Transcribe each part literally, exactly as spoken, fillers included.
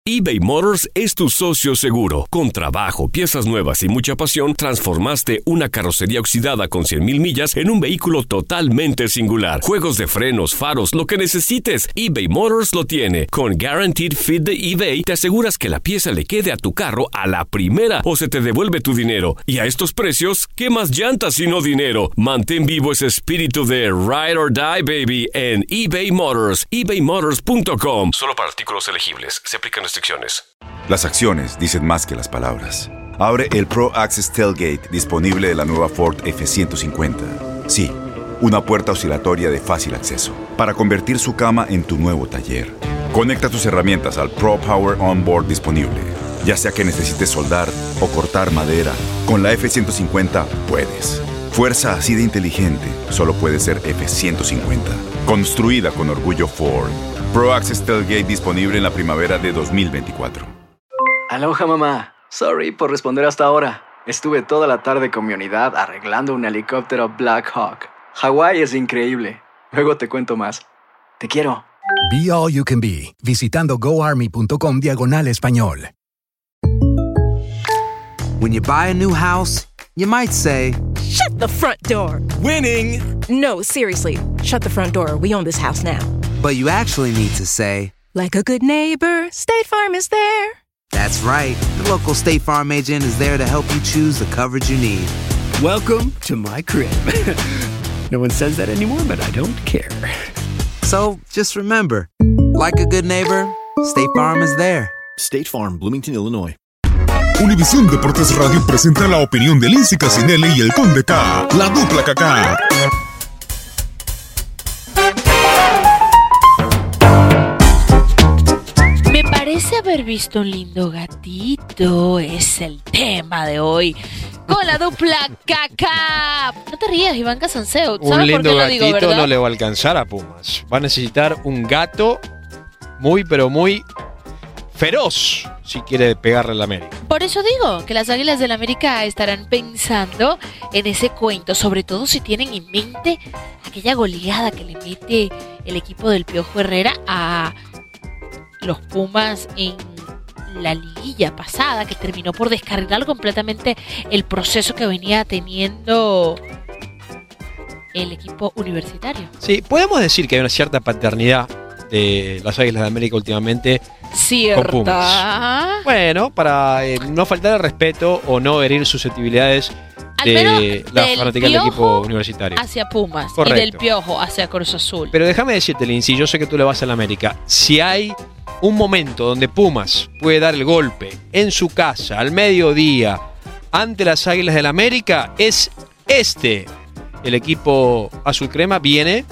eBay Motors es tu socio seguro. Con trabajo, piezas nuevas y mucha pasión, transformaste una carrocería oxidada con cien mil millas en un vehículo totalmente singular. Juegos de frenos, faros, lo que necesites, eBay Motors lo tiene. Con Guaranteed Fit de eBay, te aseguras que la pieza le quede a tu carro a la primera o se te devuelve tu dinero. Y a estos precios, ¿qué más llantas sino dinero? Mantén vivo ese espíritu de Ride or Die, baby, en eBay Motors. ebay motors punto com. Solo para artículos elegibles. Se aplican restricciones. Las acciones dicen más que las palabras. Abre el Pro Access Tailgate disponible de la nueva Ford F ciento cincuenta. Sí, una puerta oscilatoria de fácil acceso para convertir su cama en tu nuevo taller. Conecta tus herramientas al Pro Power Onboard disponible. Ya sea que necesites soldar o cortar madera, con la F ciento cincuenta puedes. Fuerza así de inteligente solo puede ser F ciento cincuenta. Construida con orgullo Ford. Pro Access Tailgate disponible en la primavera de dos mil veinticuatro. Aloha, mamá. Sorry por responder hasta ahora. Estuve toda la tarde con mi unidad arreglando un helicóptero Black Hawk. Hawái es increíble. Luego te cuento más. Te quiero. Be All You Can Be, visitando goarmy.com diagonal español. When you buy a new house, you might say, "Shut the front door!" Winning! No, seriously. Shut the front door. We own this house now. But you actually need to say, like a good neighbor, State Farm is there. That's right. The local State Farm agent is there to help you choose the coverage you need. Welcome to my crib. No one says that anymore, but I don't care. So, just remember, like a good neighbor, State Farm is there. State Farm, Bloomington, Illinois. Univisión Deportes Radio presenta la opinión de Lindsay Casinelli y el Conde K, la dupla Kaká. Me parece haber visto un lindo gatito. Es el tema de hoy. Con la dupla Kaká. No te rías, Iván Casanseo. ¿Sabes un lindo por qué gatito lo digo, no le va a alcanzar a Pumas. Va a necesitar un gato muy, pero muy feroz si quiere pegarle a la América. Por eso digo que las Águilas del América estarán pensando en ese cuento, sobre todo si tienen en mente aquella goleada que le mete el equipo del Piojo Herrera a los Pumas en la liguilla pasada, que terminó por descarrilar completamente el proceso que venía teniendo el equipo universitario. Sí, podemos decir que hay una cierta paternidad de las Águilas de América últimamente ¿Cierta? con Pumas. Bueno, para eh, no faltar el respeto o no herir susceptibilidades de la fanática del equipo universitario. Hacia Pumas. Correcto. Y del Piojo hacia Cruz Azul. Pero déjame decirte, Lindsay, yo sé que tú le vas a la América. Si hay un momento donde Pumas puede dar el golpe en su casa al mediodía ante las Águilas del América, es este. El equipo azul crema viene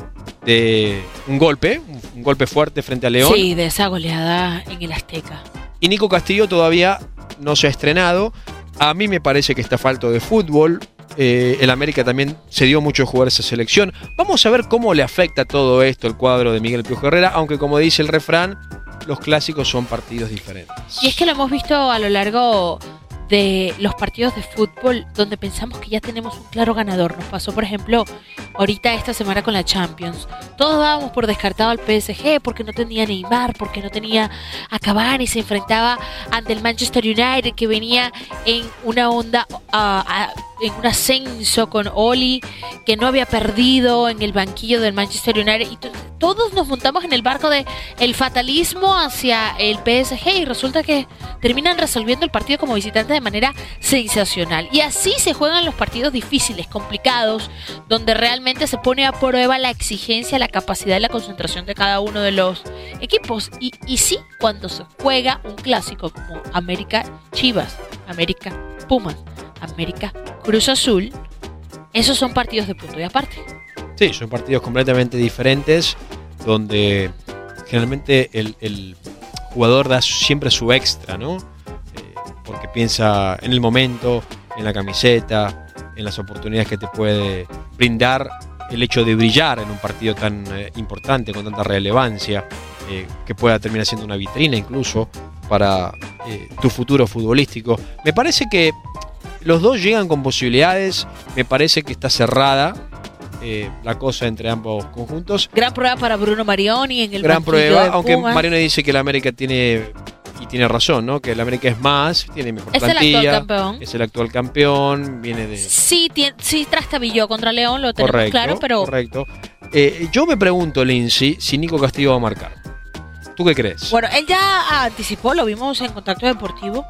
de un golpe, un golpe fuerte frente a León. Sí, de esa goleada en el Azteca. Y Nico Castillo todavía no se ha estrenado. A mí me parece que está falto de fútbol. Eh, el América también se dio mucho a jugar esa selección. Vamos a ver cómo le afecta todo esto el cuadro de Miguel Piojo Herrera, aunque como dice el refrán, los clásicos son partidos diferentes. Y es que lo hemos visto a lo largo de los partidos de fútbol donde pensamos que ya tenemos un claro ganador. Nos pasó, por ejemplo, ahorita esta semana con la Champions. Todos dábamos por descartado al P S G porque no tenía Neymar, porque no tenía a Cavani, se enfrentaba ante el Manchester United que venía en una onda, uh, uh, en un ascenso con Oli, que no había perdido en el banquillo del Manchester United. Y t- todos nos montamos en el barco de el fatalismo hacia el P S G y resulta que terminan resolviendo el partido como visitante de manera sensacional. Y así se juegan los partidos difíciles, complicados, donde realmente se pone a prueba la exigencia, la capacidad y la concentración de cada uno de los equipos. Y, y sí, cuando se juega un clásico como América Chivas, América Pumas, América Cruz Azul, esos son partidos de punto y aparte. Sí, son partidos completamente diferentes, donde generalmente el, el jugador da siempre su extra, ¿no? Eh, porque piensa en el momento, en la camiseta, en las oportunidades que te puede brindar el hecho de brillar en un partido tan eh, importante, con tanta relevancia, eh, que pueda terminar siendo una vitrina incluso para eh, tu futuro futbolístico. Me parece que los dos llegan con posibilidades, me parece que está cerrada eh, la cosa entre ambos conjuntos. Gran prueba para Bruno Marioni en el Gran banquillo prueba, de aunque Pumas. Marioni dice que la América tiene y tiene razón, ¿no? Que el América es más, tiene mejor es plantilla. Es el actual campeón. Es el actual campeón, viene de... Sí, tiene, sí trastabilló contra León, lo tenemos correcto, claro, pero... Correcto. Eh, yo me pregunto, Lindsay, si Nico Castillo va a marcar. ¿Tú qué crees? Bueno, él ya anticipó, lo vimos en Contacto Deportivo,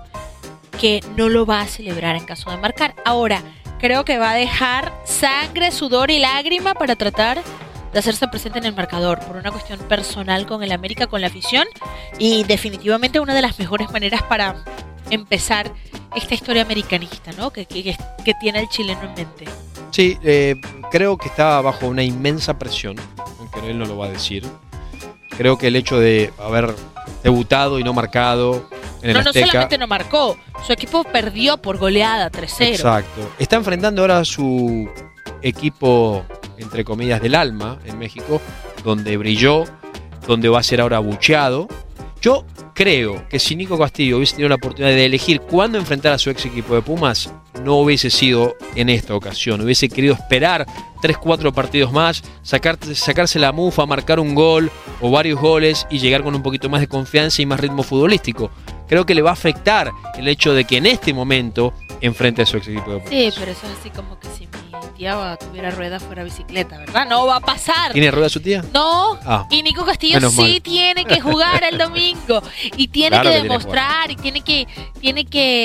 que no lo va a celebrar en caso de marcar. Ahora, creo que va a dejar sangre, sudor y lágrima para tratar de hacerse presente en el marcador por una cuestión personal con el América, con la afición, y definitivamente una de las mejores maneras para empezar esta historia americanista, ¿no? Que, que, que tiene el chileno en mente. Sí, eh, creo que está bajo una inmensa presión, aunque él no lo va a decir. Creo que el hecho de haber debutado y no marcado en el No, no Azteca, solamente no marcó, su equipo perdió por goleada tres cero. Exacto. Está enfrentando ahora a su equipo, entre comillas, del alma en México, donde brilló, donde va a ser ahora abucheado. Yo creo que si Nico Castillo hubiese tenido la oportunidad de elegir cuándo enfrentar a su ex equipo de Pumas, no hubiese sido en esta ocasión. Hubiese querido esperar tres cuatro partidos más, sacar, sacarse la mufa, marcar un gol o varios goles y llegar con un poquito más de confianza y más ritmo futbolístico. Creo que le va a afectar el hecho de que en este momento enfrente a su ex equipo de Pumas. Sí, pero eso es así como que si mi tía tuviera ruedas fuera bicicleta, ¿verdad? No va a pasar. ¿Tiene rueda su tía? No, ah, y Nico Castillo menos sí mal. tiene que jugar el domingo y tiene Claro que que demostrar tiene y tiene que tiene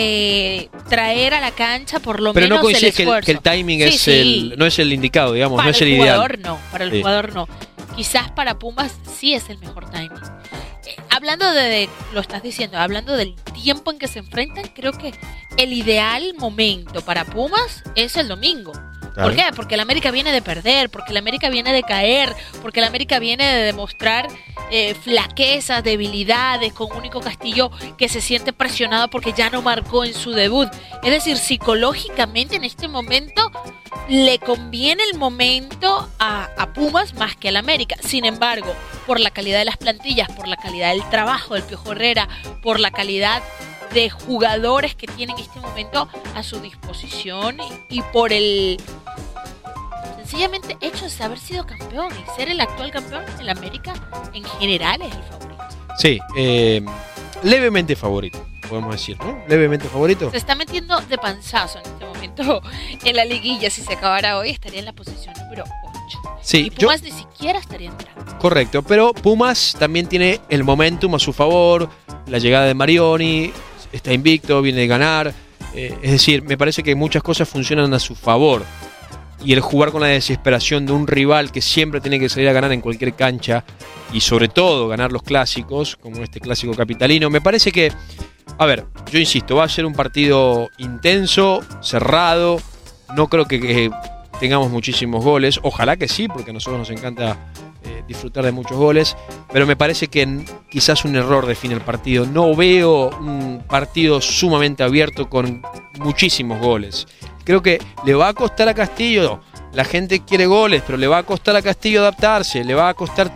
que traer a la cancha por lo pero menos no el coincide que el, esfuerzo. que el timing Sí, es sí. el, no es el indicado, digamos, Para no es el, el ideal. jugador no, para el Sí. jugador no. Quizás para Pumas sí es el mejor timing. Eh, hablando de, de, lo estás diciendo, hablando del tiempo en que se enfrentan, creo que el ideal momento para Pumas es el domingo. Claro. ¿Por qué? Porque el América viene de perder, porque el América viene de caer, porque el América viene de demostrar eh, flaquezas, debilidades, con un Nico Castillo que se siente presionado porque ya no marcó en su debut. Es decir, psicológicamente en este momento le conviene el momento a, a Pumas más que al América. Sin embargo, por la calidad de las plantillas, por la calidad del trabajo del Piojo Herrera, por la calidad de jugadores que tienen en este momento a su disposición y, y por el sencillamente hecho de haber sido campeón y ser el actual campeón, el América en general es el favorito. Sí, eh, levemente favorito, podemos decir, ¿no? Levemente favorito. Se está metiendo de panzazo en este momento en la liguilla. Si se acabara hoy estaría en la posición número ocho. Sí, y Pumas yo, ni siquiera estaría entrando. Correcto, pero Pumas también tiene el momentum a su favor, la llegada de Marioni, está invicto, viene de ganar, eh, es decir, me parece que muchas cosas funcionan a su favor y el jugar con la desesperación de un rival que siempre tiene que salir a ganar en cualquier cancha y sobre todo ganar los clásicos, como este clásico capitalino, me parece que, a ver, yo insisto, va a ser un partido intenso, cerrado, no creo que, que tengamos muchísimos goles, ojalá que sí, porque a nosotros nos encanta Eh, disfrutar de muchos goles, pero me parece que n- quizás un error define el partido. No veo un partido sumamente abierto con muchísimos goles. Creo que le va a costar a Castillo, la gente quiere goles, pero le va a costar a Castillo adaptarse, le va a costar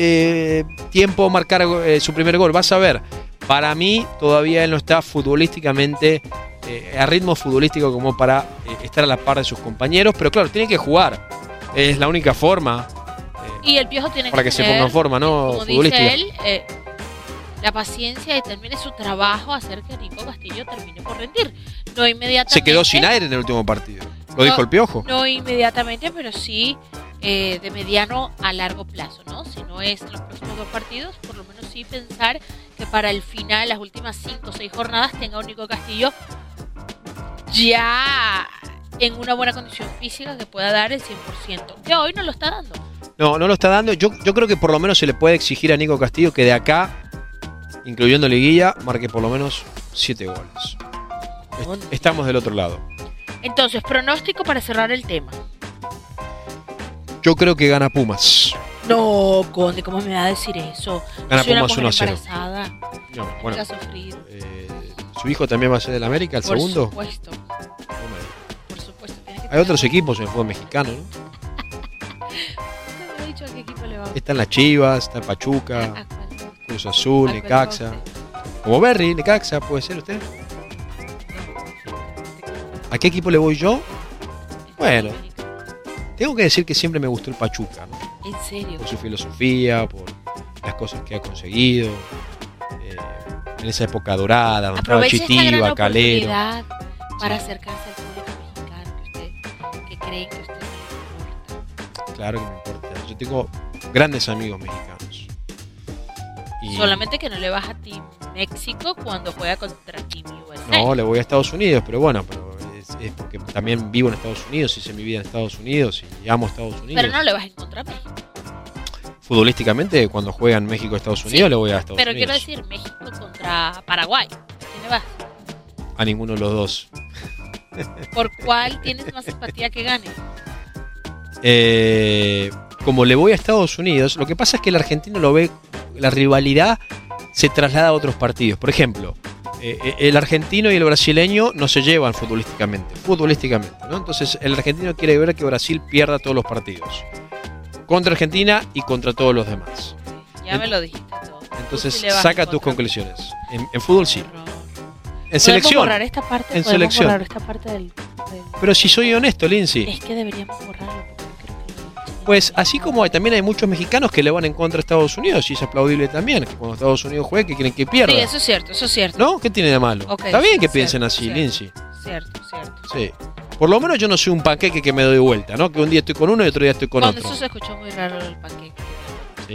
eh, tiempo marcar eh, su primer gol, vas a ver. Para mí todavía él no está futbolísticamente eh, a ritmo futbolístico como para eh, estar a la par de sus compañeros, pero claro, tiene que jugar, es la única forma. Y el Piojo tiene para que, que tener, se ponga en forma, ¿no? como Futbolística. dice él, eh, la paciencia y termine su trabajo, hacer que Nico Castillo termine por rendir. No inmediatamente. Se quedó sin aire en el último partido. Lo no, dijo el Piojo. No inmediatamente, pero sí eh, de mediano a largo plazo, ¿no? Si no es en los próximos dos partidos, por lo menos sí pensar que para el final, las últimas cinco o seis jornadas, tenga un Nico Castillo ya en una buena condición física que pueda dar el cien por ciento. Que hoy no lo está dando. No, no lo está dando. Yo, yo creo que por lo menos se le puede exigir a Nico Castillo que de acá, incluyendo liguilla, marque por lo menos siete goles. Est- estamos del otro lado. Entonces, pronóstico para cerrar el tema. Yo creo que gana Pumas. No, Conde, ¿cómo me va a decir eso? Gana Soy una Pumas mujer uno a cero. embarazada. No, Me bueno, voy a sufrir. eh, ¿su hijo también va a ser del América, el Por segundo? supuesto. Por supuesto. Tiene que Hay otros equipos en el fútbol mexicano, ¿no? ¿Te he dicho a qué equipo le va? Están las Chivas, está el Pachuca, ¿A cuál? Cruz Azul, ¿A cuál Necaxa. va usted? Como Berry, Necaxa, ¿puede ser usted? ¿A qué equipo le voy yo? Bueno, tengo que decir que siempre me gustó el Pachuca, ¿no? ¿En serio? Por su filosofía, por las cosas que ha conseguido. Eh, en esa época dorada, donde estaba Aproveche esta gran Chitiva, Calero. oportunidad para sí. acercarse al público mexicano que, usted, que creen que usted no le importa. Claro que me importa. Yo tengo grandes amigos mexicanos. Y solamente que no le vas a Team México cuando juega contra Team U S A. No, le voy a Estados Unidos, pero bueno, pero es, es porque también vivo en Estados Unidos, hice mi vida en Estados Unidos y amo Estados Unidos. Pero no le vas a encontrar a México. Futbolísticamente, cuando juegan México Estados Unidos, sí, le voy a Estados pero Unidos. Pero quiero decir México contra Paraguay. ¿Quién le vas? A ninguno de los dos. ¿Por cuál tienes más empatía que gane? Eh, como le voy a Estados Unidos, lo que pasa es que el argentino lo ve, la rivalidad se traslada a otros partidos. Por ejemplo, eh, el argentino y el brasileño no se llevan futbolísticamente, futbolísticamente, ¿no? Entonces el argentino quiere ver que Brasil pierda todos los partidos. Contra Argentina y contra todos los demás. Ya Ent- me lo dijiste todo. Entonces sí saca tus conclusiones. En, en fútbol sí. En selección. Borrar esta parte, en selección. Borrar esta parte del, del... Pero si soy honesto, Lindsay. Es que deberíamos borrarlo. Pues así como hay, también hay muchos mexicanos que le van en contra a Estados Unidos y es aplaudible también, que cuando Estados Unidos juegue que quieren que pierda. Sí, eso es cierto, eso es cierto. ¿No? ¿Qué tiene de malo? Okay, Está bien que cierto, piensen así, cierto, Lindsay. Cierto, cierto. Sí. Por lo menos yo no soy un panqueque que me doy vuelta, ¿no? Que un día estoy con uno y otro día estoy con Cuando otro. Eso se escuchó muy raro el panqueque. ¿Sí?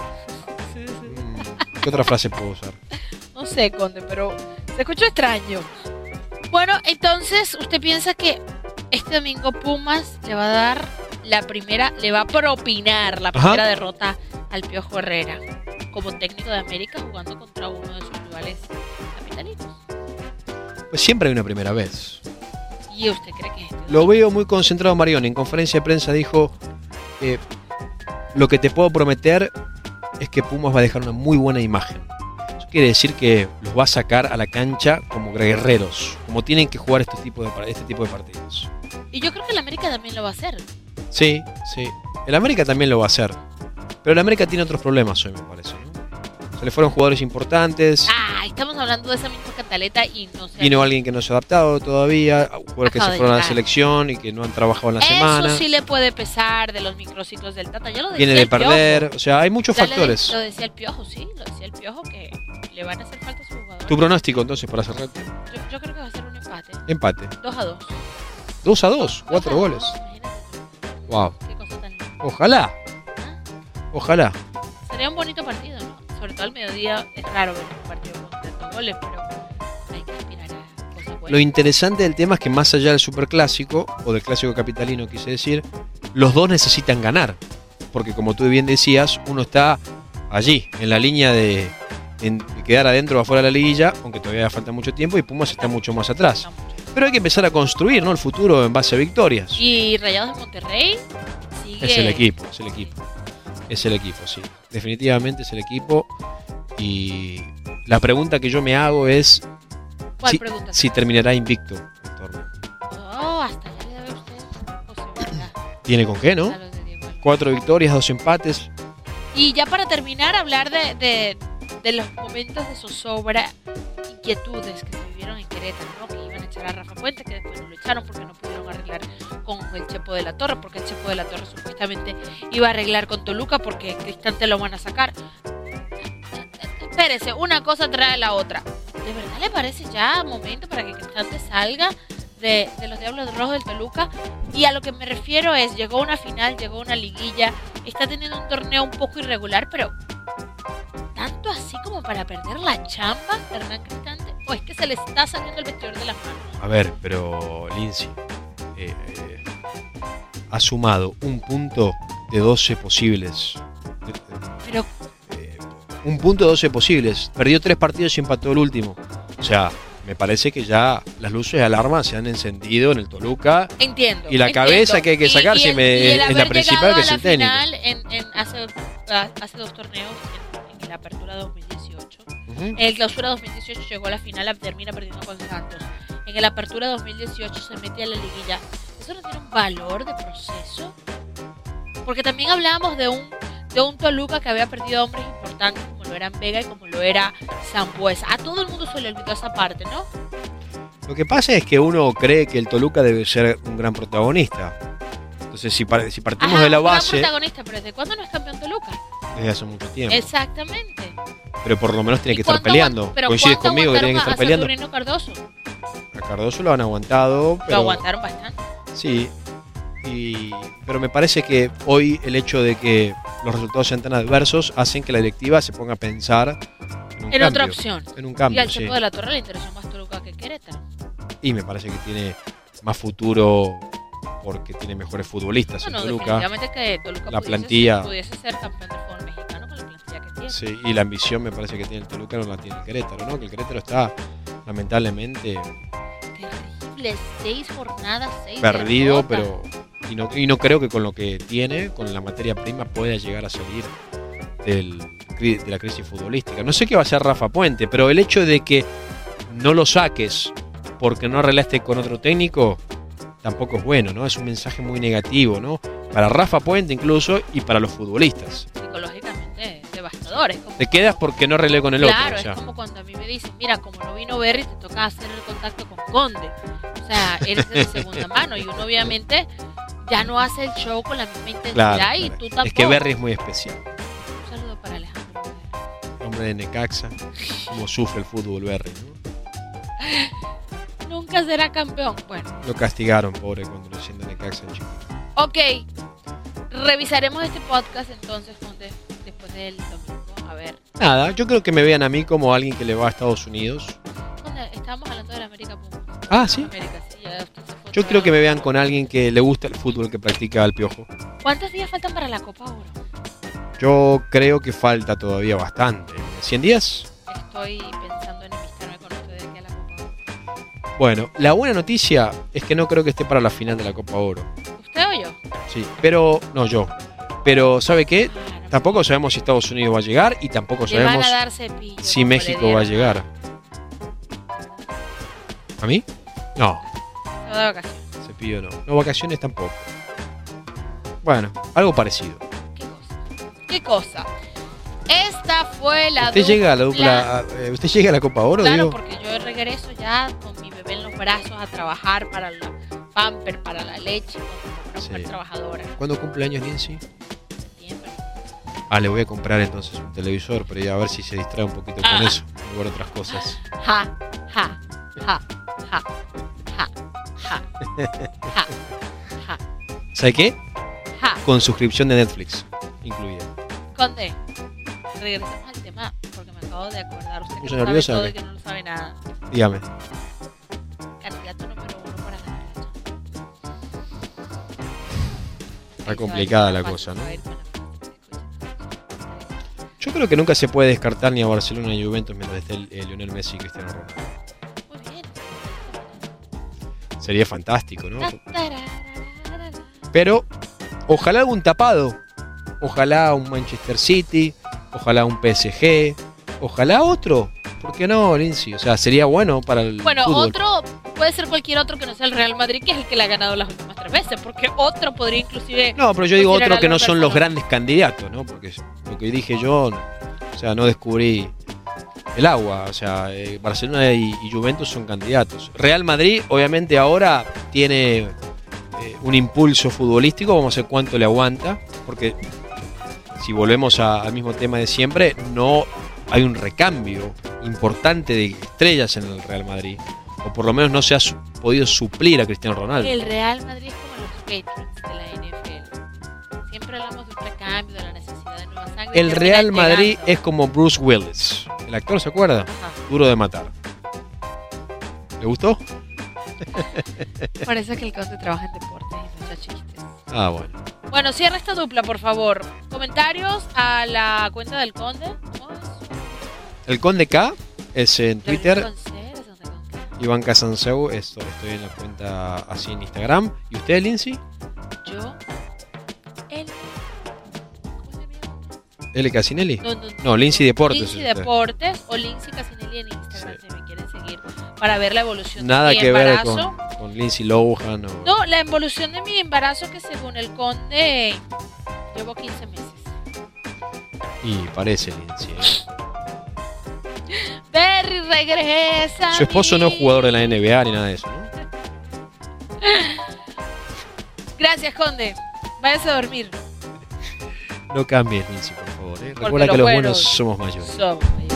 Sí, sí. Mm, ¿Qué otra frase puedo usar? No sé, Conde, pero se escuchó extraño. Bueno, entonces, ¿usted piensa que este domingo Pumas le va a dar la primera, le va a propinar la primera Ajá. derrota al Piojo Herrera como técnico de América jugando contra uno de sus rivales capitalinos? Pues siempre hay una primera vez. ¿Y usted cree que este Lo veo muy concentrado Marioni. En conferencia de prensa dijo eh, lo que te puedo prometer es que Pumas va a dejar una muy buena imagen. Eso quiere decir que los va a sacar a la cancha como guerreros, como tienen que jugar este tipo de, este tipo de partidos. Y yo creo que el América también lo va a hacer. Sí, sí. El América también lo va a hacer. Pero el América tiene otros problemas hoy, me parece, ¿no? Se le fueron jugadores importantes. Ah, estamos hablando de esa misma cantaleta y no sé. Vino alguien que no se ha adaptado todavía, jugadores que se fueron a la selección y que no han trabajado en la Eso semana. Eso sí le puede pesar de los microciclos del Tata. Ya lo decía Viene de el perder, Piojo. O sea, hay muchos ya factores. Le, lo decía el Piojo, sí, lo decía el Piojo que le van a hacer falta a sus jugadores. ¿Tu pronóstico entonces para cerrar? Yo, yo creo que va a ser un empate. Empate. dos a dos. dos a dos, cuatro goles. Wow. Qué cosa tan linda. Ojalá. ¿Ah? Ojalá. Sería un bonito partido, ¿no? Sobre todo al mediodía es raro ver un partido con tantos goles, pero hay que aspirar a cosas buenas. Lo interesante del tema es que más allá del superclásico, o del clásico capitalino quise decir, los dos necesitan ganar. Porque como tú bien decías, uno está allí, en la línea de, de quedar adentro o afuera de la liguilla, aunque todavía falta mucho tiempo, y Pumas está mucho más atrás. Pero hay que empezar a construir, ¿no?, el futuro en base a victorias. Y Rayados de Monterrey sigue... Es el equipo, es el equipo. Es el equipo, sí. Definitivamente es el equipo. Y la pregunta que yo me hago es ¿Cuál si, pregunta? si terminará invicto el torneo. Oh, hasta ya le debe usted posibilidad. ¿Tiene con qué, no? Cuatro victorias, dos empates. Y ya para terminar, hablar de, de, de los momentos de zozobra, inquietudes que se vivieron en Querétaro, ¿no? Que iban a echar a Rafa Puente, que después no lo echaron porque no pudieron arreglar con el Chepo de la Torre, porque el Chepo de la Torre supuestamente iba a arreglar con Toluca porque Cristante lo van a sacar. Espérese, una cosa trae la otra. ¿De verdad le parece ya momento para que Cristante salga de, de los Diablos Rojos del Toluca? Y a lo que me refiero es, llegó una final, llegó una liguilla, está teniendo un torneo un poco irregular, pero ¿tanto así como para perder la chamba, Hernán Cristante? ¿O es que se le está saliendo el vestidor de las manos? A ver, pero Lindsay eh, eh, ha sumado un punto de doce posibles. Pero... Eh, un punto de doce posibles. Perdió tres partidos y empató el último. O sea, me parece que ya las luces de alarma se han encendido en el Toluca. Entiendo. Y la entiendo. cabeza que hay que sacar si me, es la principal, que es el técnico. En, en hace, hace dos torneos, en, en la apertura dos mil dieciocho. Uh-huh. En el clausura dos mil dieciocho llegó a la final, termina perdiendo con Santos. En el apertura dos mil dieciocho se mete a la liguilla. ¿Eso no tiene un valor de proceso? Porque también hablábamos de un, de un Toluca que había perdido hombres importantes como lo eran Vega y como lo era Sambuesa. A todo el mundo se le olvidó esa parte, ¿no? Lo que pasa es que uno cree que el Toluca debe ser un gran protagonista. Entonces, si, si partimos Ajá, de la un gran base... protagonista, pero ¿desde cuándo no es campeón Toluca? Desde hace mucho tiempo. Exactamente. pero por lo menos tiene que estar cuánto peleando. aguant- pero ¿Coincides cuánto conmigo que tiene que estar aguantaron a- a peleando? Saturnino Cardoso? A Cardoso lo han aguantado, Lo pero aguantaron bastante. sí. Y, pero me parece que hoy el hecho de que los resultados sean tan adversos hacen que la directiva se ponga a pensar en, un En cambio, otra opción. En un Y cambio, al sí. Chepo de la Torre le interesó más Toluca que Querétaro. Y me parece que tiene más futuro porque tiene mejores futbolistas No, en no, Toluca. definitivamente que Toluca La pudiese, plantilla. pudiese ser campeón del fútbol mexicano con la plantilla que tiene. Sí, y la ambición me parece que tiene el Toluca, no la tiene el Querétaro, ¿no? Que el Querétaro está lamentablemente Terrible, seis jornadas, seis perdido, derrotas. pero y no, y no creo que con lo que tiene, con la materia prima, pueda llegar a salir del, de la crisis futbolística. No sé qué va a hacer Rafa Puente, pero el hecho de que no lo saques porque no arreglaste con otro técnico tampoco es bueno, ¿no? Es un mensaje muy negativo, ¿no? Para Rafa Puente incluso y para los futbolistas. Psicológicamente devastador. Es como Te quedas porque no arreglé con el Claro, otro. o sea. es como cuando a mí me dicen, mira, como no vino Berry, te toca hacer el contacto con Conde. O sea, eres de segunda mano y uno obviamente ya no hace el show con la misma intensidad Claro, y claro. tú tampoco. Es que Berry es muy especial. Un saludo para Alejandro Berry. Hombre de Necaxa, como sufre el fútbol Berry, ¿no? Nunca será campeón. Bueno, Lo castigaron, pobre, cuando lo hicieron de Necaxa en chiquito. ok. Revisaremos este podcast entonces, Conde, después del domingo. A ver. Nada, yo creo que me vean a mí como alguien que le va a Estados Unidos. Conde, estábamos hablando de la América Puma. Ah, ¿sí? América, sí, ya usted se fue Yo otra creo que vez. me vean con alguien que le gusta el fútbol que practica al Piojo. ¿Cuántos días faltan para la Copa Oro? Yo creo que falta todavía bastante. ¿cien días? Estoy pensando en enemistarme con usted de aquí a la Copa Oro. Bueno, la buena noticia es que no creo que esté para la final de la Copa Oro. ¿Usted o yo? Sí, pero no yo. Pero ¿sabe qué? Tampoco sabemos si Estados Unidos va a llegar y tampoco Le van sabemos a dar cepillo, si como le México va a dieron llegar. ¿A mí? No, No de vacaciones. Cepillo no. No, vacaciones tampoco. Bueno, algo parecido. ¿Qué cosa? Esta fue la ¿Usted dupla. llega a la dupla, eh, ¿Usted llega a la Copa Oro? Claro, digo? porque yo regreso ya con mi bebé en los brazos a trabajar para la pamper, para la leche, como una mujer Sí. trabajadora. ¿Cuándo cumple años Nancy? Ah, le voy a comprar entonces un televisor, pero ya a ver si se distrae un poquito con Ah. eso, por otras cosas. Ja, ja, ja, ja, ja, ja, ja, ja, ¿Sabe qué? ja. Con suscripción de Netflix incluida. Conde, regresemos al tema porque me acabo de acordar. Usted que ¿Puso no sabe nerviosa o todo qué? y que no lo sabe nada. Dígame. Candidato número uno para ganar la Champions. Está complicada la cosa, ¿no? Yo creo que nunca se puede descartar ni a Barcelona ni a Juventus mientras esté el, el Lionel Messi y Cristiano Ronaldo. Sería fantástico, ¿no? Pero ojalá algún tapado. Ojalá un Manchester City, ojalá un P S G, ojalá otro. ¿Por qué no, Lindsay? O sea, sería bueno para el Bueno, fútbol. otro puede ser cualquier otro que no sea el Real Madrid, que es el que le ha ganado las últimas tres veces, porque otro podría inclusive... No, pero yo digo considerar otro que al no son los Barcelona. grandes candidatos, ¿no? Porque lo que dije yo, o sea, no descubrí el agua. O sea, eh, Barcelona y, y Juventus son candidatos. Real Madrid, obviamente, ahora tiene eh, un impulso futbolístico. Vamos a ver cuánto le aguanta. Porque si volvemos a- al mismo tema de siempre, no hay un recambio importante de estrellas en el Real Madrid. O por lo menos no se ha su- podido suplir a Cristiano Ronaldo. El Real Madrid es como los Patriots de la N F L. Siempre hablamos de un recambio, de la necesidad de nueva sangre. El y Real terminan Madrid llegando. es como Bruce Willis. ¿El actor se acuerda? Duro de matar. ¿Le gustó? Parece que el Conde trabaja en deportes y no echa chistes. Ah, bueno. Bueno, cierra esta dupla, por favor. Comentarios a la cuenta del Conde. ¿Cómo es? El Conde K es en Twitter. Con C, ¿es donde con K? Iván Casanseu, esto, estoy en la cuenta así en Instagram. ¿Y usted, Lindsay? Yo. Él. ¿L. Casinelli? No, no, no. No, Lindsay Deportes. Lindsay es usted. Deportes o Lindsay Casinelli en Instagram si me quieren seguir para ver la evolución Nada de mi que ver embarazo. con, con Lindsay Lohan. O... No, la evolución de mi embarazo que según el Conde llevo quince meses. Y parece Lindsay. ¿eh? Berry regresa. Su esposo no es jugador de la N B A ni nada de eso, ¿no? Gracias, Conde. Váyase a dormir. No cambies, Lindsay, por favor. ¿eh? Porque Recuerda los que los buenos buenos somos mayores. Somos mayores.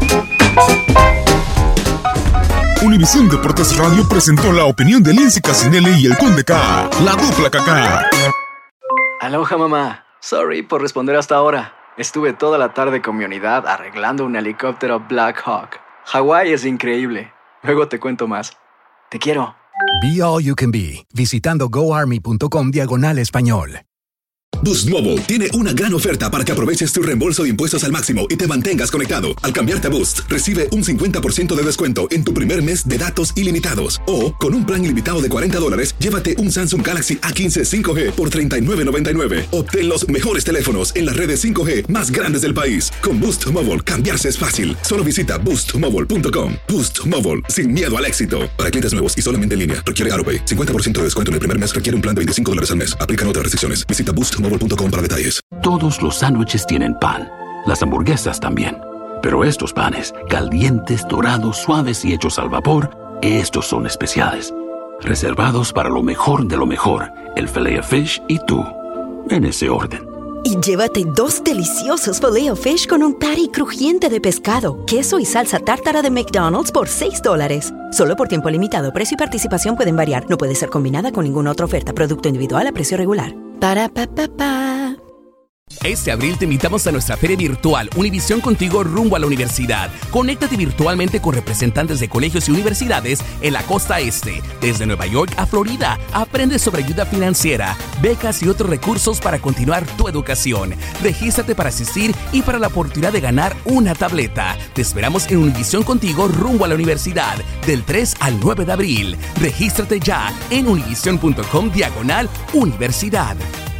Univisión Deportes Radio presentó la opinión de Lindsay Casinelli y el Conde K, la dupla Kaká. Aloha, mamá. Sorry por responder hasta ahora. Estuve toda la tarde con mi unidad arreglando un helicóptero Black Hawk. Hawái es increíble. Luego te cuento más. Te quiero. Be All You Can Be, visitando goarmy.com diagonal español. Boost Mobile tiene una gran oferta para que aproveches tu reembolso de impuestos al máximo y te mantengas conectado. Al cambiarte a Boost, recibe un cincuenta por ciento de descuento en tu primer mes de datos ilimitados. O, con un plan ilimitado de cuarenta dólares, llévate un Samsung Galaxy A quince cinco G por treinta y nueve noventa y nueve. Obtén los mejores teléfonos en las redes cinco G más grandes del país. Con Boost Mobile, cambiarse es fácil. Solo visita boost mobile punto com. Boost Mobile, sin miedo al éxito. Para clientes nuevos y solamente en línea, requiere AutoPay. cincuenta por ciento de descuento en el primer mes, requiere un plan de veinticinco dólares al mes. Aplican otras restricciones. Visita boost mobile punto com para detalles. Todos los sándwiches tienen pan. Las hamburguesas también. Pero estos panes, calientes, dorados, suaves y hechos al vapor, estos son especiales. Reservados para lo mejor de lo mejor. El Filet-O-Fish y tú. En ese orden. Y llévate dos deliciosos Filet-O-Fish con un patty crujiente de pescado, queso y salsa tártara de McDonald's por seis dólares. Solo por tiempo limitado. Precio y participación pueden variar. No puede ser combinada con ninguna otra oferta. Producto individual a precio regular. Para pa pa pa. Este abril te invitamos a nuestra feria virtual Univisión Contigo rumbo a la universidad. Conéctate virtualmente con representantes de colegios y universidades en la costa este, desde Nueva York a Florida. Aprende sobre ayuda financiera, becas y otros recursos para continuar tu educación. Regístrate para asistir y para la oportunidad de ganar una tableta. Te esperamos en Univisión Contigo rumbo a la universidad, del tres al nueve de abril. Regístrate ya en univision punto com diagonal universidad.